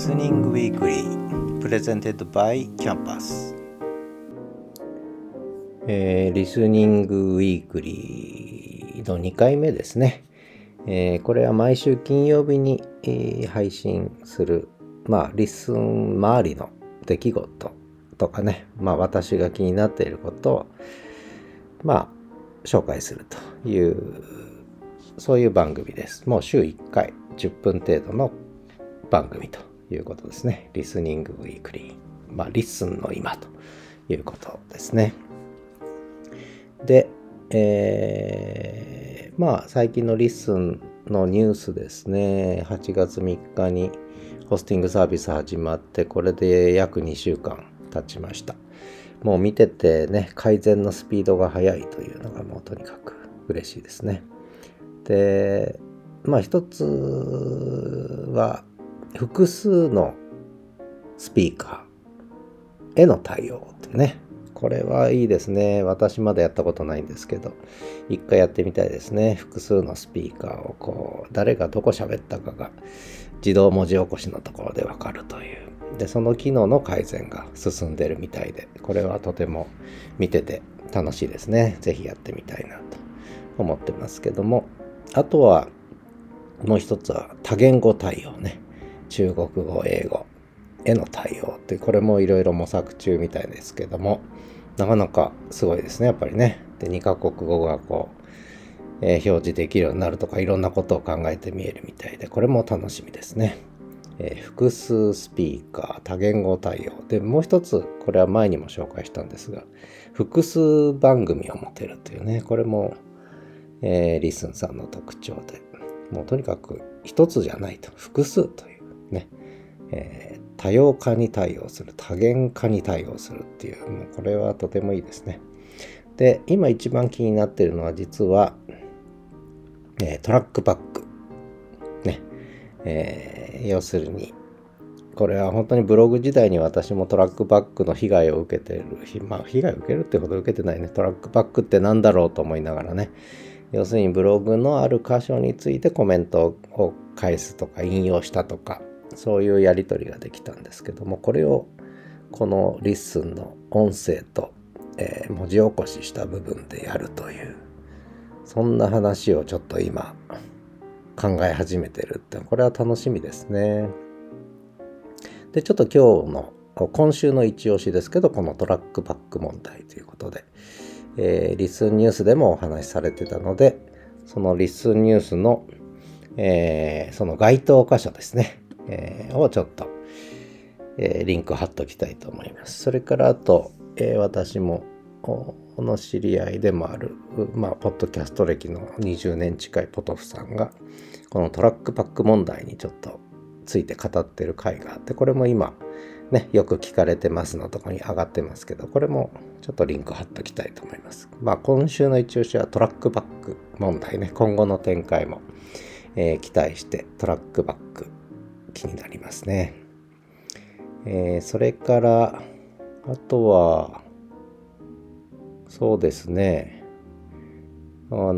Listening Weekly Presented by Campus、リスニングウィークリーの2回目ですね。これは毎週金曜日に、配信する、リスン周りの出来事とかね、私が気になっていることを、紹介するという、そういう番組です。もう週1回10分程度の番組ということですね。リスニングウィークリー。リッスンの今ということですね。で、最近のリッスンのニュースですね。8月3日にホスティングサービス始まって、これで約2週間経ちました。もう見ててね、改善のスピードが速いというのがもうとにかく嬉しいですね。で、一つは複数のスピーカーへの対応ってね、これはいいですね。私まだやったことないんですけど、一回やってみたいですね。複数のスピーカーを誰がどこ喋ったかが自動文字起こしのところでわかるという。で、その機能の改善が進んでるみたいで、これはとても見てて楽しいですね。ぜひやってみたいなと思ってますけども、あとはもう一つは多言語対応ね。中国語、英語への対応って、これもいろいろ模索中みたいですけども、なかなかすごいですね、やっぱりね。で、2カ国語が表示できるようになるとか、いろんなことを考えて見えるみたいで、これも楽しみですね。複数スピーカー、多言語対応で、もう一つ、これは前にも紹介したんですが、複数番組を持てるというね、これも、リスンさんの特徴で、もうとにかく一つじゃないと、複数というね、多様化に対応する、多言化に対応するっていう、もうこれはとてもいいですね。で、今一番気になっているのは実は、トラックバックね、要するにこれは本当にブログ時代に私もトラックバックの被害を受けている、被害を受けるってほど受けてないね。トラックバックってなんだろうと思いながらね、要するにブログのある箇所についてコメントを返すとか引用したとか、そういうやり取りができたんですけども、これをこのリッスンの音声と、文字起こしした部分でやるという、そんな話をちょっと今考え始めてるって、これは楽しみですね。で、ちょっと今週の一押しですけど、このトラックバック問題ということで、リスンニュースでもお話しされてたので、そのリスンニュースの、その該当箇所ですね、をちょっと、リンク貼っときたいと思います。それからあと、私もの知り合いでもある、ポッドキャスト歴の20年近いポトフさんが、このトラックバック問題にちょっとついて語ってる回があって、これも今ね、よく聞かれてますのとこに上がってますけど、これもちょっとリンク貼っときたいと思います。今週の一押しはトラックバック問題ね。今後の展開も、期待してトラックバック気になりますね。それからあとはそうですね、そ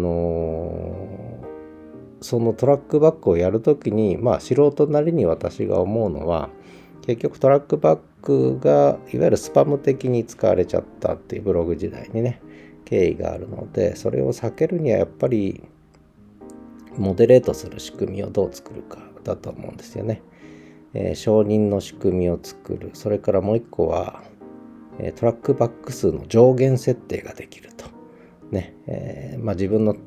のトラックバックをやるときに、素人なりに私が思うのは、結局トラックバックがいわゆるスパム的に使われちゃったっていうブログ時代にね、経緯があるので、それを避けるにはやっぱりモデレートする仕組みをどう作るかだと思うんですよね。承認の仕組みを作る。それからもう一個は、トラックバック数の上限設定ができると。ね、自分の、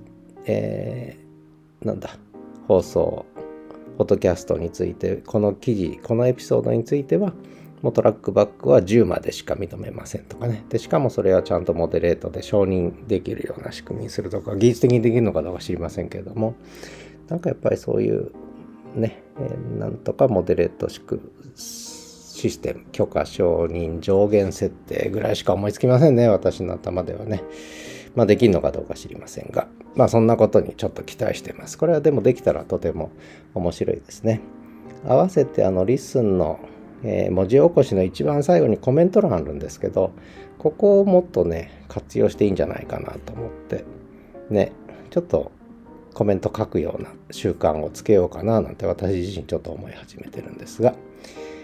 放送、ポッドキャストについて、この記事、このエピソードについては、もうトラックバックは10までしか認めませんとかね。で、しかもそれはちゃんとモデレートで承認できるような仕組みにするとか、技術的にできるのかどうか知りませんけれども、やっぱりそういうね、なんとかモデレートシステム、許可承認上限設定ぐらいしか思いつきませんね、私の頭ではね。できるのかどうか知りませんが、そんなことにちょっと期待しています。これはでもできたらとても面白いですね。合わせてリッスンの、文字起こしの一番最後にコメント欄あるんですけど、ここをもっとね活用していいんじゃないかなと思ってね、ちょっとコメント書くような習慣をつけようかななんて私自身ちょっと思い始めてるんですが、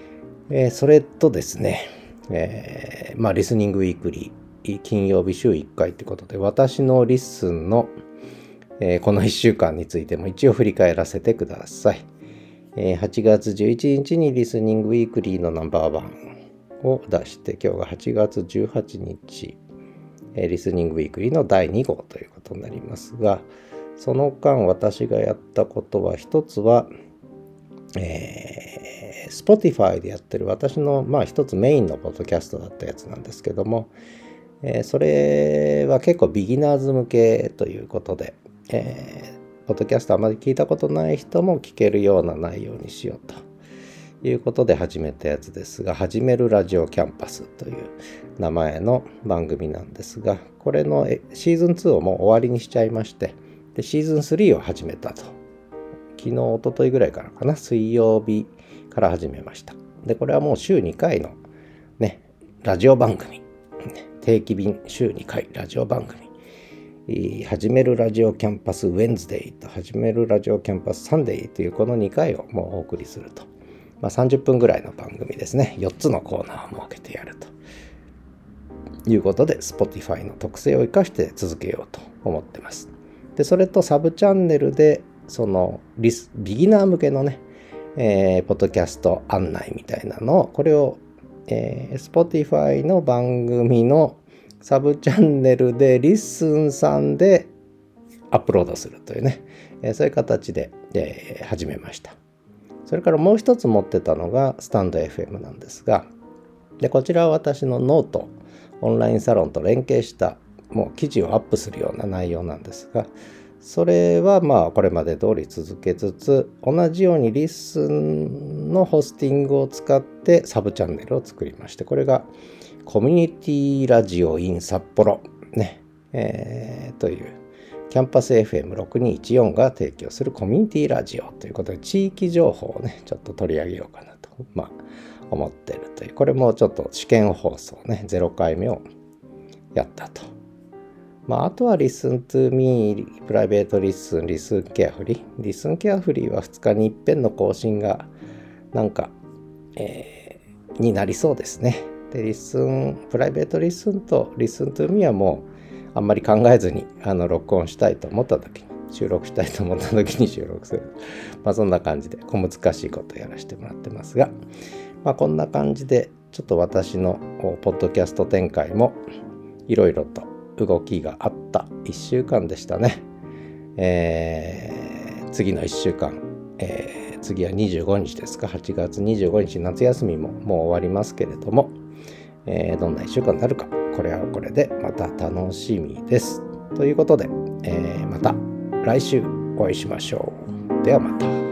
それとですね、リスニングウィークリー、金曜日週1回ということで、私のリッスンの、この1週間についても一応振り返らせてください。8月11日にリスニングウィークリーのナンバーワンを出して、今日が8月18日、リスニングウィークリーの第2号ということになりますが、その間私がやったことは、一つは、Spotify でやってる私の一つメインのポッドキャストだったやつなんですけども、それは結構ビギナーズ向けということで、ポッドキャストあまり聞いたことない人も聞けるような内容にしようということで始めたやつですが、始めるラジオキャンパスという名前の番組なんですが、これのシーズン2をもう終わりにしちゃいまして、でシーズン3を始めたと。昨日一昨日ぐらいからかな、水曜日から始めました。でこれはもう週2回のねラジオ番組、定期便週2回ラジオ番組、始めるラジオキャンパスウェンズデイと始めるラジオキャンパスサンデーというこの2回をもうお送りすると、30分ぐらいの番組ですね。4つのコーナーを設けてやるということで、 Spotify の特性を生かして続けようと思ってます。でそれとサブチャンネルでそのビギナー向けのね、ポッドキャスト案内みたいなのを、これを、Spotify の番組のサブチャンネルでリッスンさんでアップロードするというね、そういう形で、始めました。それからもう一つ持ってたのがスタンド FM なんですが、でこちらは私のノートオンラインサロンと連携したもう記事をアップするような内容なんですが、それはこれまで通り続けつつ、同じようにリッスンのホスティングを使ってサブチャンネルを作りまして、これがコミュニティラジオ in 札幌ね、というキャンパス FM6214 が提供するコミュニティラジオということで、地域情報をねちょっと取り上げようかなと思ってるという、これもちょっと試験放送ね0回目をやったと。あとは Listen to Me、プライベートリッスン、Listen Carefully。Listen Carefully は2日に一遍の更新がになりそうですね。で、プライベートリッスンと Listen to Me はもうあんまり考えずに録音したいと思った時に、収録したいと思った時に収録する。そんな感じで小難しいことをやらせてもらってますが、こんな感じでちょっと私のポッドキャスト展開もいろいろと動きがあった1週間でしたね。次の1週間、次は25日ですか、8月25日夏休みももう終わりますけれども、どんな1週間になるか、これはこれでまた楽しみです。ということで、また来週お会いしましょう。ではまた。